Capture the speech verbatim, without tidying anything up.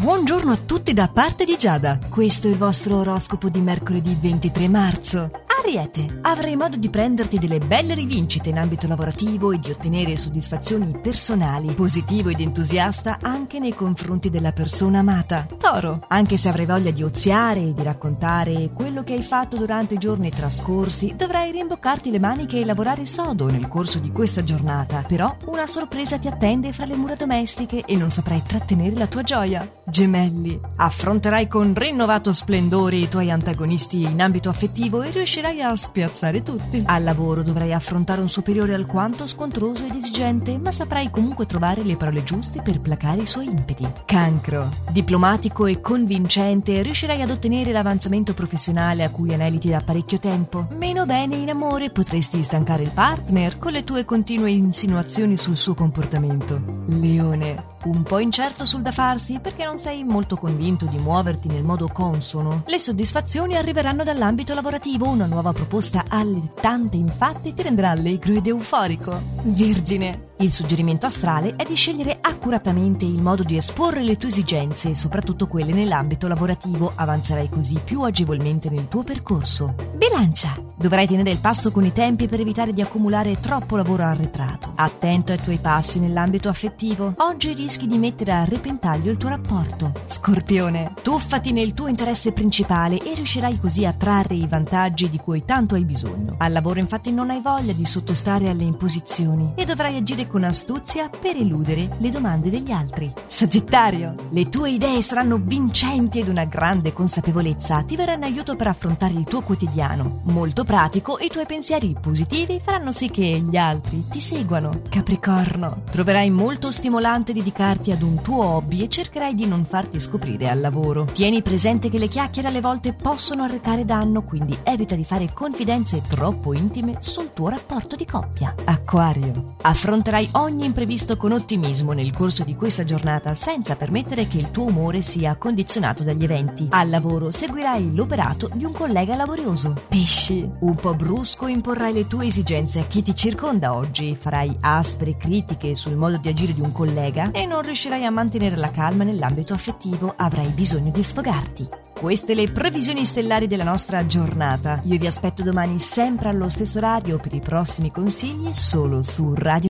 buongiorno a tutti da parte di Giada. Questo è il vostro oroscopo di mercoledì ventitré marzo. Ariete, avrai modo di prenderti delle belle rivincite in ambito lavorativo e di ottenere soddisfazioni personali, positivo ed entusiasta anche nei confronti della persona amata. Toro, anche se avrai voglia di oziare e di raccontare quello che hai fatto durante i giorni trascorsi, dovrai rimboccarti le maniche e lavorare sodo nel corso di questa giornata. Però una sorpresa ti attende fra le mura domestiche e non saprai trattenere la tua gioia. Gemelli, affronterai con rinnovato splendore i tuoi antagonisti in ambito affettivo e riuscirai a spiazzare tutti. Al lavoro dovrai affrontare un superiore alquanto scontroso ed esigente, ma saprai comunque trovare le parole giuste per placare i suoi impeti. Cancro, diplomatico e convincente, riuscirai ad ottenere l'avanzamento professionale a cui aneliti da parecchio tempo. Meno bene in amore, potresti stancare il partner con le tue continue insinuazioni sul suo comportamento. Leone, un po' incerto sul da farsi perché non sei molto convinto di muoverti nel modo consono. Le soddisfazioni arriveranno dall'ambito lavorativo, una nuova proposta allettante infatti ti renderà allegro ed euforico. Vergine, il suggerimento astrale è di scegliere accuratamente il modo di esporre le tue esigenze e soprattutto quelle nell'ambito lavorativo, avanzerai così più agevolmente nel tuo percorso. Bilancia, dovrai tenere il passo con i tempi per evitare di accumulare troppo lavoro arretrato. Attento ai tuoi passi nell'ambito affettivo, oggi rischi di mettere a repentaglio il tuo rapporto. Scorpione, tuffati nel tuo interesse principale e riuscirai così a trarre i vantaggi di cui tanto hai bisogno. Al lavoro infatti non hai voglia di sottostare alle imposizioni e dovrai agire con astuzia per eludere le domande degli altri. Sagittario, le tue idee saranno vincenti ed una grande consapevolezza ti verrà in aiuto per affrontare il tuo quotidiano. Molto pratico, i tuoi pensieri positivi faranno sì che gli altri ti seguano. Capricorno, troverai molto stimolante dedicarti ad un tuo hobby e cercherai di non farti scoprire al lavoro. Tieni presente che le chiacchiere alle volte possono arrecare danno, quindi evita di fare confidenze troppo intime sul tuo rapporto di coppia. Acquario, affronterai ogni imprevisto con ottimismo nel corso di questa giornata senza permettere che il tuo umore sia condizionato dagli eventi. Al lavoro seguirai l'operato di un collega laborioso. Pesci, un po' brusco imporrai le tue esigenze a chi ti circonda oggi, farai aspre critiche sul modo di agire di un collega e non riuscirai a mantenere la calma nell'ambito affettivo, avrai bisogno di sfogarti. Queste le previsioni stellari della nostra giornata. Io vi aspetto domani sempre allo stesso orario per i prossimi consigli solo su Radio